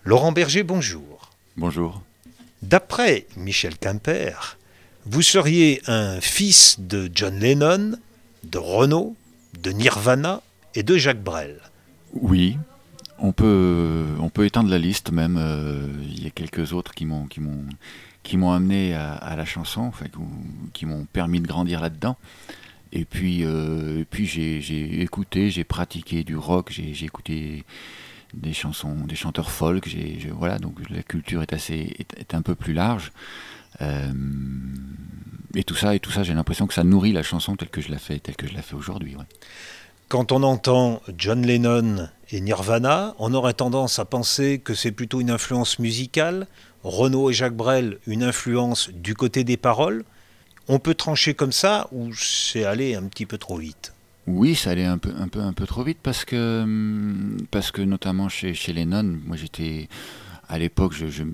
Laurent Berger, bonjour. Bonjour. D'après Michel Quimper, vous seriez un fils de John Lennon, de Renaud, de Nirvana et de Jacques Brel. Oui, on peut étendre la liste même. Il y a quelques autres qui m'ont amené à la chanson, enfin, qui m'ont permis de grandir là-dedans. Et puis j'ai écouté, j'ai pratiqué du rock, j'ai écouté des chansons, des chanteurs folk. Voilà, donc la culture est un peu plus large. Euh, et tout ça, j'ai l'impression que ça nourrit la chanson telle que je la fais aujourd'hui. Ouais. Quand on entend John Lennon et Nirvana, on aurait tendance à penser que c'est plutôt une influence musicale, Renaud et Jacques Brel, une influence du côté des paroles. On peut trancher comme ça ou c'est aller un petit peu trop vite? Oui, ça allait un peu trop vite parce que notamment chez Lennon, moi j'étais à l'époque,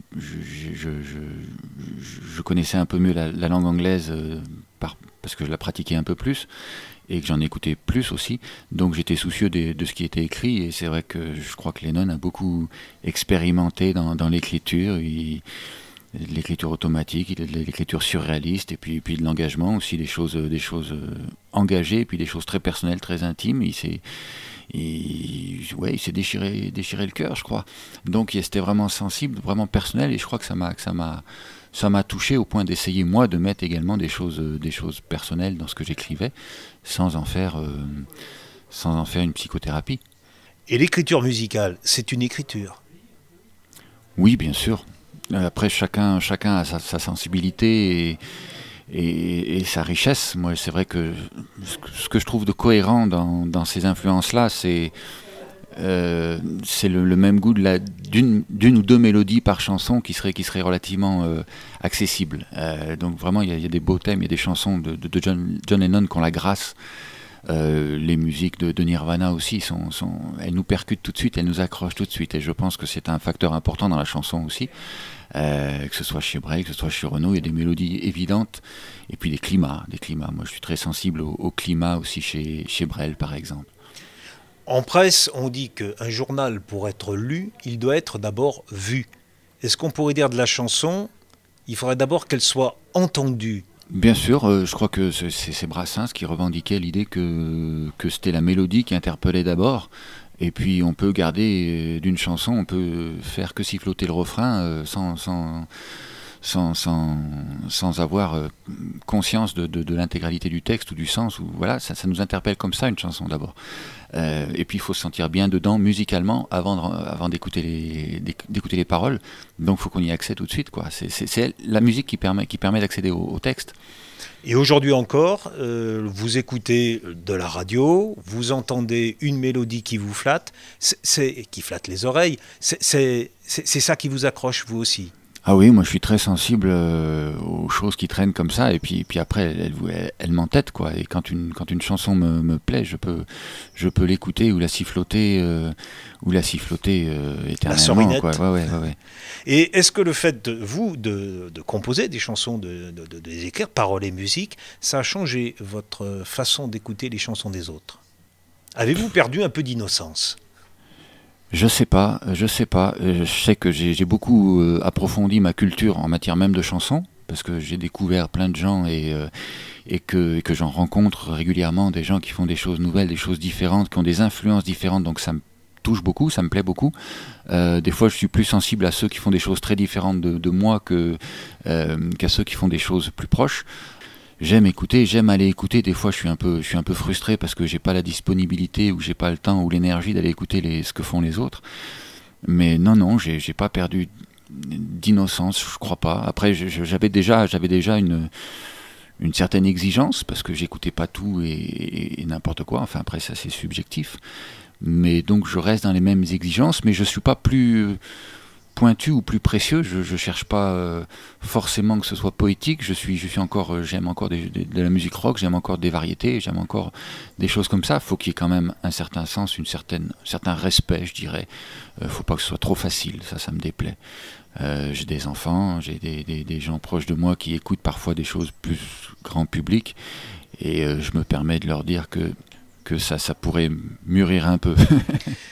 je connaissais un peu mieux la langue anglaise parce que je la pratiquais un peu plus et que j'en écoutais plus aussi. Donc j'étais soucieux de ce qui était écrit et c'est vrai que je crois que Lennon a beaucoup expérimenté dans l'écriture. L'écriture automatique, l'écriture surréaliste, et puis de l'engagement aussi, des choses engagées, et puis des choses très personnelles, très intimes. Il s'est déchiré le cœur, je crois. Donc c'était vraiment sensible, vraiment personnel, et je crois que ça m'a touché au point d'essayer moi de mettre également des choses personnelles dans ce que j'écrivais, sans en faire une psychothérapie. Et l'écriture musicale, c'est une écriture. Oui, bien sûr. Après, chacun a sa sensibilité et sa richesse. Moi, c'est vrai que ce que je trouve de cohérent dans ces influences-là, c'est le même goût d'une ou deux mélodies par chanson qui serait relativement accessible. Donc vraiment, il y a des beaux thèmes, il y a des chansons de John Lennon qui ont la grâce. Les musiques de Nirvana aussi, elles nous percutent tout de suite, elles nous accrochent tout de suite. Et je pense que c'est un facteur important dans la chanson aussi. Que ce soit chez Brel, que ce soit chez Renaud, il y a des mélodies évidentes. Et puis des climats. Moi, je suis très sensible au climat aussi chez Brel, par exemple. En presse, on dit qu'un journal, pour être lu, il doit être d'abord vu. Est-ce qu'on pourrait dire de la chanson, il faudrait d'abord qu'elle soit entendue? Bien sûr, je crois que c'est Brassens qui revendiquait l'idée que c'était la mélodie qui interpellait d'abord. Et puis on peut garder d'une chanson, on peut faire que siffloter le refrain sans avoir conscience de l'intégralité du texte ou du sens. Voilà, ça nous interpelle comme ça une chanson d'abord. Et puis il faut se sentir bien dedans musicalement avant d'écouter les paroles. Donc il faut qu'on y accède tout de suite, quoi. C'est la musique qui permet d'accéder au texte. Et aujourd'hui encore, vous écoutez de la radio, vous entendez une mélodie qui vous flatte, qui flatte les oreilles, c'est ça qui vous accroche vous aussi. Ah oui, moi je suis très sensible aux choses qui traînent comme ça, et puis après elles m'entêtent, quoi. Et quand une chanson me plaît, je peux l'écouter ou la siffloter La éternellement, sorinette. quoi. Ouais. Et est-ce que le fait de composer des chansons, de les écrire, paroles et musique, ça a changé votre façon d'écouter les chansons des autres? Avez-vous perdu un peu d'innocence? Je sais pas. Je sais que j'ai beaucoup approfondi ma culture en matière même de chansons, parce que j'ai découvert plein de gens et que j'en rencontre régulièrement, des gens qui font des choses nouvelles, des choses différentes, qui ont des influences différentes, donc ça me touche beaucoup, ça me plaît beaucoup. Des fois, je suis plus sensible à ceux qui font des choses très différentes de moi qu'à ceux qui font des choses plus proches. J'aime écouter, j'aime aller écouter. Des fois, je suis un peu frustré parce que j'ai pas la disponibilité ou j'ai pas le temps ou l'énergie d'aller écouter ce que font les autres. Mais non, j'ai pas perdu d'innocence, je crois pas. Après, j'avais déjà une certaine exigence parce que j'écoutais pas tout et n'importe quoi. Enfin, après, ça c'est subjectif. Mais donc, je reste dans les mêmes exigences, mais je suis pas plus pointu ou plus précieux. Je cherche pas forcément que ce soit poétique. J'aime encore de la musique rock, j'aime encore des variétés, j'aime encore des choses comme ça. Faut qu'il y ait quand même un certain sens, un certain respect, je dirais. Faut pas que ce soit trop facile, ça me déplaît. J'ai des enfants, j'ai des gens proches de moi qui écoutent parfois des choses plus grand public, et je me permets de leur dire que ça pourrait mûrir un peu.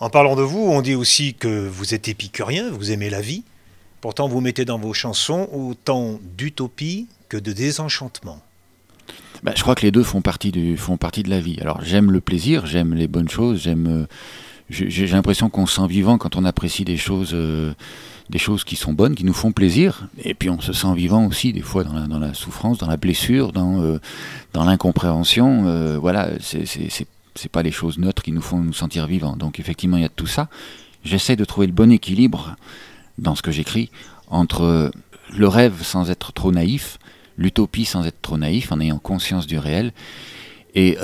En parlant de vous, on dit aussi que vous êtes épicurien, vous aimez la vie. Pourtant, vous mettez dans vos chansons autant d'utopie que de désenchantement. Je crois que les deux font partie de la vie. Alors j'aime le plaisir, j'aime les bonnes choses, j'ai l'impression qu'on se sent vivant quand on apprécie des choses qui sont bonnes, qui nous font plaisir. Et puis on se sent vivant aussi des fois dans la souffrance, dans la blessure, dans l'incompréhension. Voilà, c'est pas les choses neutres qui nous font nous sentir vivants. Donc effectivement, il y a de tout ça. J'essaie de trouver le bon équilibre dans ce que j'écris entre le rêve sans être trop naïf, l'utopie sans être trop naïf, en ayant conscience du réel, et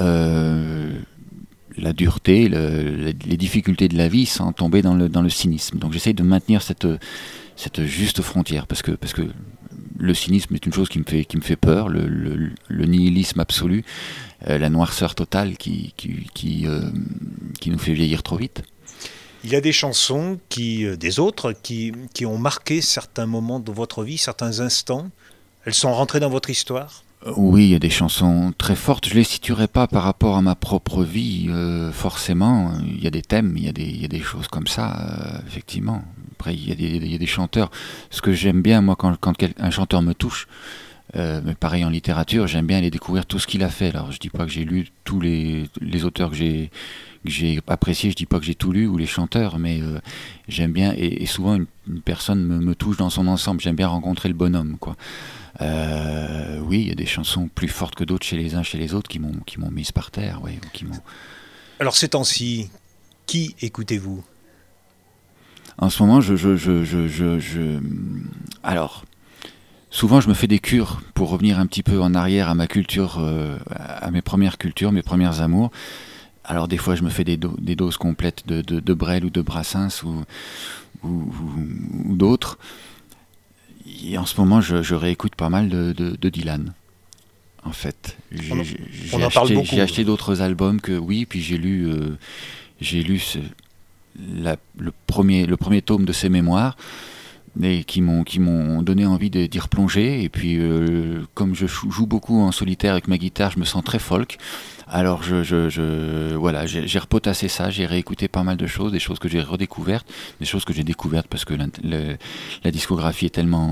la dureté, les difficultés de la vie sans tomber dans le cynisme. Donc j'essaye de maintenir cette juste frontière, parce que le cynisme est une chose qui me fait peur, le nihilisme absolu, la noirceur totale qui nous fait vieillir trop vite. Il y a des chansons, des autres, qui ont marqué certains moments de votre vie, certains instants. Elles sont rentrées dans votre histoire ? Oui, il y a des chansons très fortes. Je ne les situerai pas par rapport à ma propre vie, forcément. Il y a des thèmes, il y a des choses comme ça, effectivement. Après, il y a des chanteurs. Ce que j'aime bien, moi, quand un chanteur me touche, mais pareil en littérature, j'aime bien aller découvrir tout ce qu'il a fait. Alors, je ne dis pas que j'ai lu tous les auteurs que j'ai appréciés, je ne dis pas que j'ai tout lu, ou les chanteurs, mais j'aime bien, et souvent une personne me touche dans son ensemble. J'aime bien rencontrer le bonhomme, quoi. Oui, il y a des chansons plus fortes que d'autres chez les uns, chez les autres, qui m'ont mise par terre, ouais, qui m'ont... Alors ces temps-ci, qui écoutez-vous ? En ce moment, alors, souvent je me fais des cures pour revenir un petit peu en arrière à ma culture, à mes premières cultures, mes premières amours. Alors des fois je me fais des doses complètes de Brel ou de Brassens ou d'autres. Et en ce moment, je réécoute pas mal de Dylan. En fait, j'ai acheté d'autres albums puis j'ai lu le premier tome de ses mémoires, et qui m'ont donné envie d'y replonger. Et puis, comme je joue beaucoup en solitaire avec ma guitare, je me sens très folk. Alors voilà, j'ai repotassé ça, j'ai réécouté pas mal de choses, des choses que j'ai redécouvertes, des choses que j'ai découvertes parce que la discographie est tellement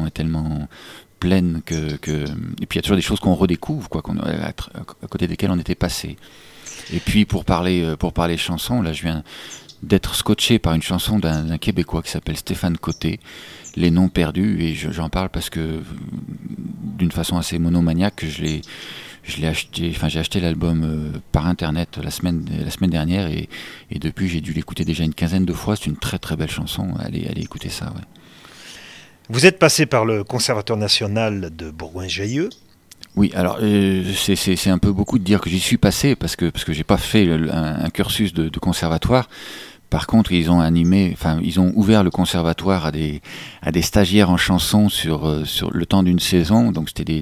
pleine et puis il y a toujours des choses qu'on redécouvre, quoi, à côté desquelles on était passé. Et puis pour parler chansons, là je viens d'être scotché par une chanson d'un Québécois qui s'appelle Stéphane Côté, Les Noms Perdus, et j'en parle parce que d'une façon assez monomaniaque, j'ai acheté l'album par internet la semaine dernière, et depuis j'ai dû l'écouter déjà une quinzaine de fois. C'est une très très belle chanson, allez écouter ça, ouais. Vous êtes passé par le Conservatoire national de Bourgoin-Jallieu. Oui, alors c'est un peu beaucoup de dire que j'y suis passé, parce que j'ai pas fait un cursus de conservatoire. Par contre, ils ont ouvert le conservatoire à des stagiaires en chanson sur le temps d'une saison. Donc c'était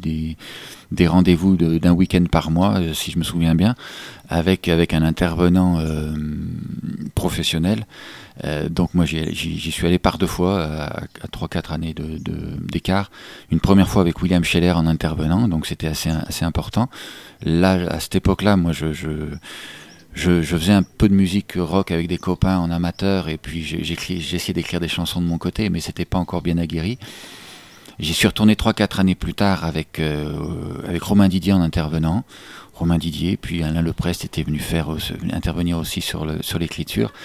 des rendez-vous d'un week-end par mois, si je me souviens bien, avec un intervenant professionnel. Donc moi j'y suis allé par 2 fois, à 3-4 années d'écart. Une première fois avec William Scheller en intervenant, donc c'était assez important. Là, à cette époque-là, moi je faisais un peu de musique rock avec des copains en amateur, et puis j'essayais d'écrire des chansons de mon côté, mais c'était pas encore bien aguerri. J'y suis retourné 3-4 années plus tard avec Romain Didier en intervenant. Romain Didier, puis Alain Leprest était venu intervenir aussi sur l'écriture.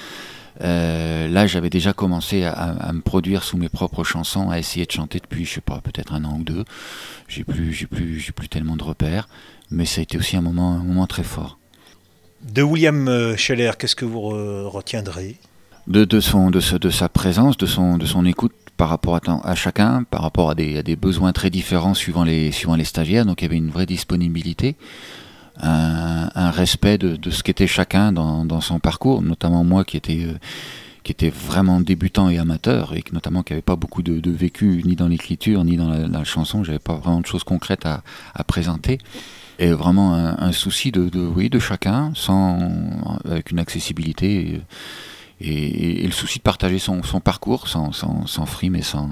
Là, j'avais déjà commencé à me produire sous mes propres chansons, à essayer de chanter depuis, je sais pas, peut-être 1 an ou 2. J'ai plus tellement de repères, mais ça a été aussi un moment très fort. De William Scheller, qu'est-ce que vous retiendrez ? De sa présence, de son écoute par rapport à chacun, par rapport à des besoins très différents suivant les stagiaires. Donc il y avait une vraie disponibilité, un respect de ce qu'était chacun dans son parcours, notamment moi qui était vraiment débutant et amateur, et notamment qui n'avait pas beaucoup de vécu ni dans l'écriture ni dans la chanson. J'avais pas vraiment de choses concrètes à présenter. Et vraiment un souci de chacun, avec une accessibilité et le souci de partager son parcours sans frime et sans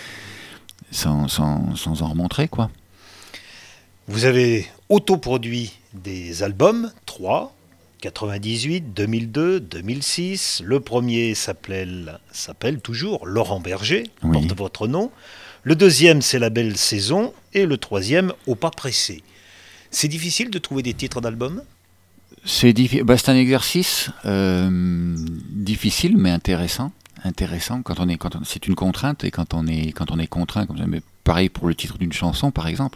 en remontrer, quoi. Vous avez autoproduit des albums, 3, 98, 2002, 2006. Le premier s'appelle toujours Laurent Berger, Oui. porte votre nom. Le deuxième, c'est La Belle Saison. Et le troisième, Au pas pressé. C'est difficile de trouver des titres d'albums ? C'est un exercice difficile mais intéressant. C'est une contrainte, et quand on est contraint comme ça, mais pareil pour le titre d'une chanson par exemple,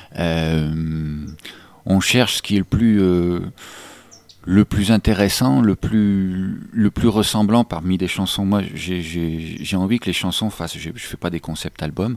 on cherche ce qui est le plus intéressant, le plus ressemblant parmi des chansons. Moi, j'ai envie que les chansons fassent. Je fais pas des concept albums.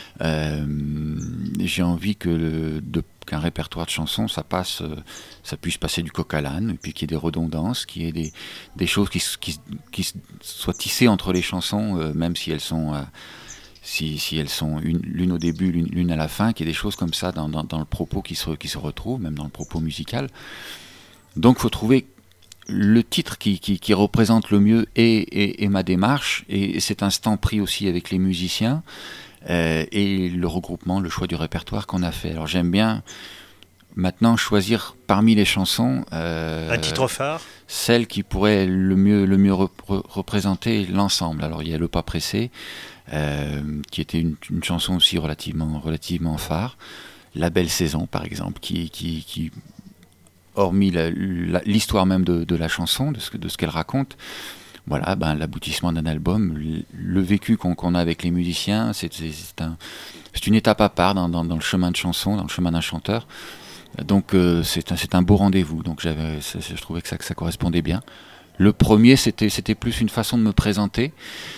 J'ai envie qu'un répertoire de chansons, ça puisse passer du coq à l'âne, et puis qu'il y ait des redondances, qu'il y ait des choses qui soient tissées entre les chansons, même si elles sont si elles sont l'une au début, l'une à la fin, qu'il y ait des choses comme ça dans le propos qui se retrouvent, même dans le propos musical. Donc il faut trouver le titre qui représente le mieux et ma démarche, et cet instant pris aussi avec les musiciens, et le regroupement, le choix du répertoire qu'on a fait. Alors j'aime bien maintenant choisir parmi les chansons un titre phare, celle qui pourrait le mieux représenter l'ensemble. Alors il y a Le Pas Pressé, qui était une chanson aussi relativement phare. La Belle Saison par exemple, qui hormis l'histoire même de la chanson, de ce qu'elle raconte, voilà, l'aboutissement d'un album, le vécu qu'on a avec les musiciens, c'est une étape à part dans le chemin de chanson, dans le chemin d'un chanteur. Donc c'est un beau rendez-vous. Donc je trouvais que ça correspondait bien. Le premier, c'était plus une façon de me présenter.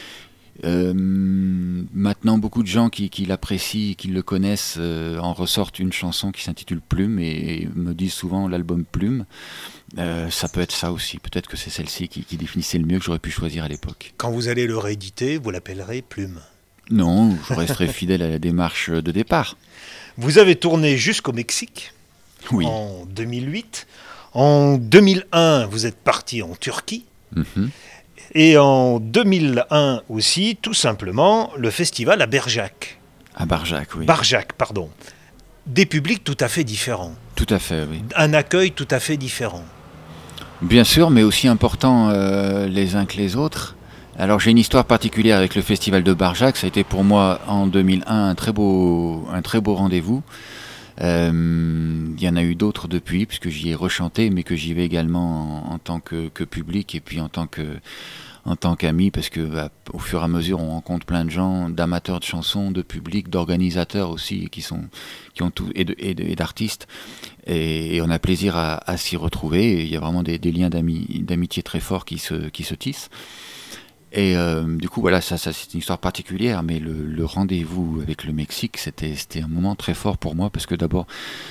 Maintenant, beaucoup de gens qui l'apprécient, qui le connaissent, en ressortent une chanson qui s'intitule Plume, et me disent souvent l'album Plume. Ça peut être ça aussi. Peut-être que c'est celle-ci qui définissait le mieux, que j'aurais pu choisir à l'époque. Quand vous allez le rééditer, vous l'appellerez Plume. Non, je resterai fidèle à la démarche de départ. Vous avez tourné jusqu'au Mexique, Oui. En 2008. En 2001, vous êtes parti en Turquie. Mm-hmm. Et en 2001 aussi, tout simplement, le festival à Bergerac. À Barjac, oui. Barjac, pardon. Des publics tout à fait différents. Tout à fait, oui. Un accueil tout à fait différent. Bien sûr, mais aussi important les uns que les autres. Alors j'ai une histoire particulière avec le festival de Barjac. Ça a été pour moi en 2001 un très beau rendez-vous. Il y en a eu d'autres depuis, puisque j'y ai rechanté, mais que j'y vais également en tant que public, et puis en tant qu'ami, parce que au fur et à mesure on rencontre plein de gens, d'amateurs de chansons, de publics, d'organisateurs aussi, qui ont tout, et d'artistes, et on a plaisir à s'y retrouver. Et il y a vraiment des liens d'amitié très forts qui se tissent. Et du coup, voilà, ça c'est une histoire particulière, mais le rendez-vous avec le Mexique, c'était un moment très fort pour moi, parce que d'abord,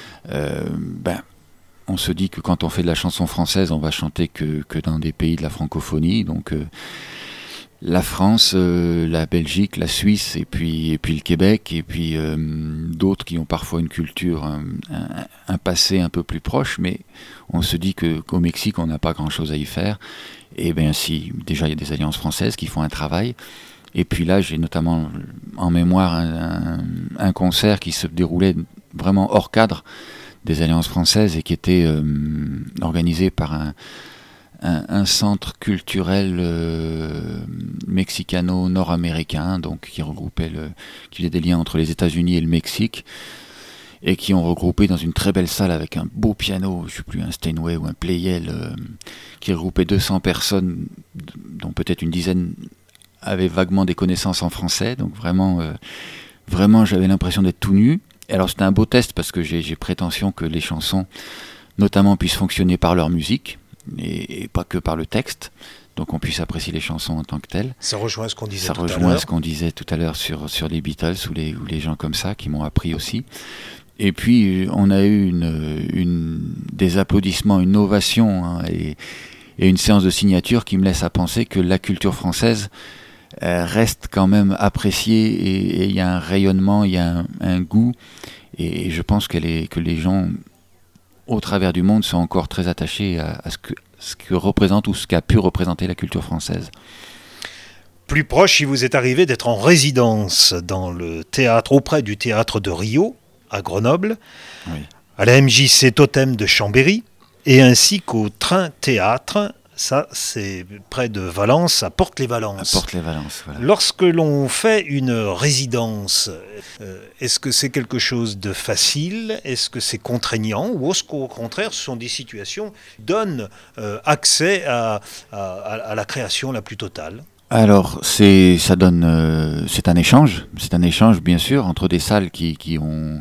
on se dit que quand on fait de la chanson française, on va chanter que dans des pays de la francophonie, donc la France, la Belgique, la Suisse, et puis le Québec, et puis d'autres qui ont parfois une culture, un passé un peu plus proche, mais on se dit qu'au Mexique, on n'a pas grand-chose à y faire. Et bien si, déjà il y a des alliances françaises qui font un travail, et puis là j'ai notamment en mémoire un concert qui se déroulait vraiment hors cadre des alliances françaises, et qui était organisé par un centre culturel mexicano-nord-américain, donc qui faisait des liens entre les États-Unis et le Mexique, et qui ont regroupé dans une très belle salle avec un beau piano, je ne sais plus, un Steinway ou un Pleyel, qui regroupait 200 personnes, dont peut-être une dizaine avaient vaguement des connaissances en français. Donc vraiment j'avais l'impression d'être tout nu. Et alors c'était un beau test, parce que j'ai prétention que les chansons, notamment, puissent fonctionner par leur musique, et pas que par le texte. Donc on puisse apprécier les chansons en tant que telles. Ça rejoint ce qu'on disait tout à l'heure. Ça rejoint ce qu'on disait tout à l'heure sur les Beatles ou les gens comme ça qui m'ont appris aussi. Et puis on a eu des applaudissements, une ovation, hein, et une séance de signature qui me laisse à penser que la culture française reste quand même appréciée, et il y a un rayonnement, il y a un goût, et je pense que les gens au travers du monde sont encore très attachés à ce que représente, ou ce qu'a pu représenter la culture française. Plus proche, il vous est arrivé d'être en résidence dans le théâtre, auprès du théâtre de Rio, à Grenoble, Oui. à la MJC Totem de Chambéry. Et ainsi qu'au Train Théâtre. Ça, c'est près de Valence, à Porte-les-Valences. À Porte-les-Valences, voilà. Lorsque l'on fait une résidence, est-ce que c'est quelque chose de facile? Est-ce que c'est contraignant? Ou est-ce qu'au contraire, ce sont des situations qui donnent accès à la création la plus totale? Alors, c'est un échange bien sûr entre des salles qui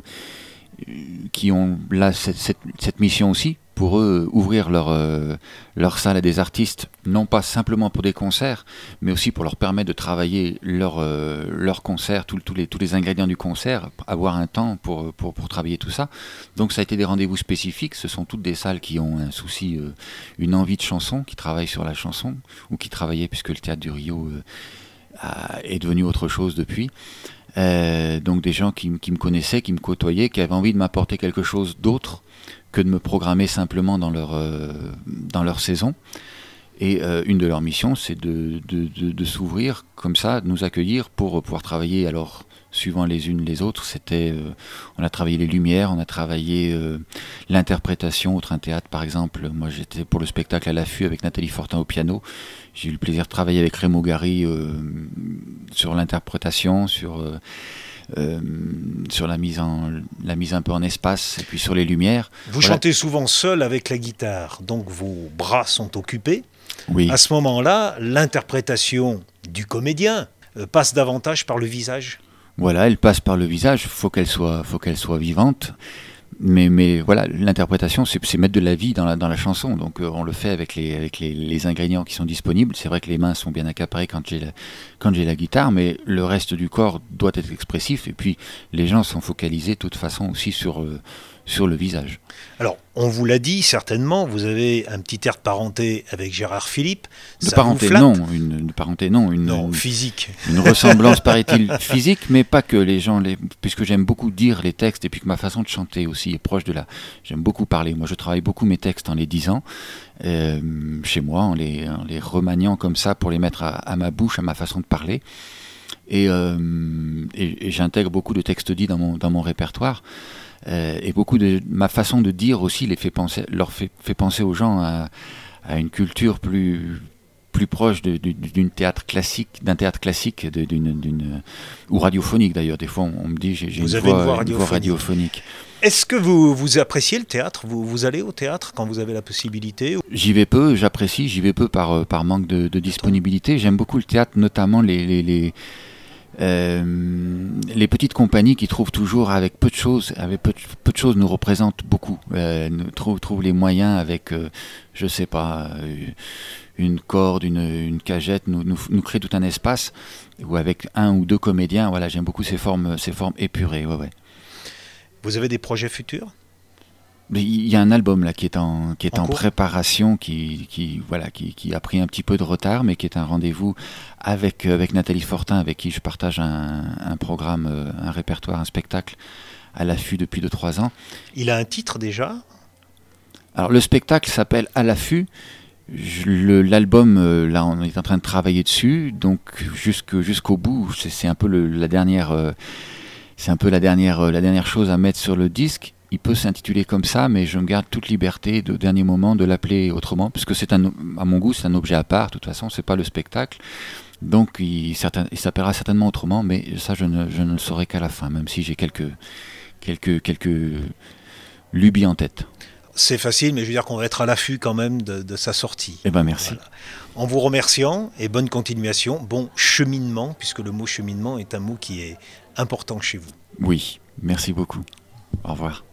ont là cette mission aussi, pour eux, ouvrir leur salle à des artistes, non pas simplement pour des concerts, mais aussi pour leur permettre de travailler leur concert, tous les ingrédients du concert, avoir un temps pour travailler tout ça. Donc ça a été des rendez-vous spécifiques, ce sont toutes des salles qui ont un souci, une envie de chanson, qui travaillent sur la chanson, ou qui travaillaient, puisque le Théâtre du Rio est devenu autre chose depuis. Donc des gens qui me connaissaient, qui me côtoyaient, qui avaient envie de m'apporter quelque chose d'autre que de me programmer simplement dans leur saison. Et une de leurs missions, c'est de s'ouvrir comme ça, de nous accueillir pour pouvoir travailler, alors suivant les unes les autres. On a travaillé les lumières, on a travaillé l'interprétation au Train Théâtre par exemple. Moi j'étais pour le spectacle à l'affût avec Nathalie Fortin au piano. J'ai eu le plaisir de travailler avec Raymond Gary sur l'interprétation, sur la mise un peu en espace, et puis sur les lumières. Vous chantez souvent seul avec la guitare, donc vos bras sont occupés. Oui. À ce moment-là, l'interprétation du comédien passe davantage par le visage. Voilà, elle passe par le visage, faut qu'elle soit vivante. Mais voilà, l'interprétation, c'est mettre de la vie dans la chanson. Donc on le fait avec les ingrédients qui sont disponibles. C'est vrai que les mains sont bien accaparées quand j'ai la guitare, mais le reste du corps doit être expressif. Et puis les gens sont focalisés de toute façon aussi sur le visage. Alors, on vous l'a dit certainement, vous avez un petit air de parenté avec Gérard Philippe. De parenté, non. Une parenté, non. Non, physique. Une ressemblance, paraît-il, physique, mais pas que. Puisque j'aime beaucoup dire les textes, et puis que ma façon de chanter aussi est proche de là. J'aime beaucoup parler. Moi, je travaille beaucoup mes textes en les disant, chez moi, en les remaniant comme ça pour les mettre à ma bouche, à ma façon de parler. Et j'intègre beaucoup de textes dits dans mon répertoire. Et beaucoup de ma façon de dire aussi leur fait penser aux gens à une culture plus proche d'un théâtre classique, ou radiophonique d'ailleurs. Des fois, on me dit j'ai une voix radiophonique. Est-ce que vous appréciez le théâtre? Vous allez au théâtre quand vous avez la possibilité? J'y vais peu, j'y vais peu par manque de disponibilité. J'aime beaucoup le théâtre, notamment les petites compagnies qui trouvent toujours avec peu de choses nous représentent beaucoup, trouvent les moyens avec je sais pas, une corde, une cagette, nous créent tout un espace, ou avec un ou deux comédiens. Voilà, j'aime beaucoup ces formes épurées. Ouais. Vous avez des projets futurs? Il y a un album là qui est en préparation, qui a pris un petit peu de retard, mais qui est un rendez-vous avec Nathalie Fortin, avec qui je partage un programme, un répertoire, un spectacle à l'affût depuis 2-3 ans. Il a un titre déjà? Alors le spectacle s'appelle À l'affût. L'album, là on est en train de travailler dessus, donc jusqu'au bout, c'est un peu la dernière chose à mettre sur le disque. Il peut s'intituler comme ça, mais je me garde toute liberté de dernier moment de l'appeler autrement, parce que à mon goût, c'est un objet à part. De toute façon, c'est pas le spectacle, donc il s'appellera certainement autrement, mais ça, je ne le saurai qu'à la fin, même si j'ai quelques lubies en tête. C'est facile, mais je veux dire qu'on va être à l'affût quand même de sa sortie. Eh ben merci. Voilà. En vous remerciant et bonne continuation, bon cheminement, puisque le mot cheminement est un mot qui est important chez vous. Oui, merci beaucoup. Au revoir.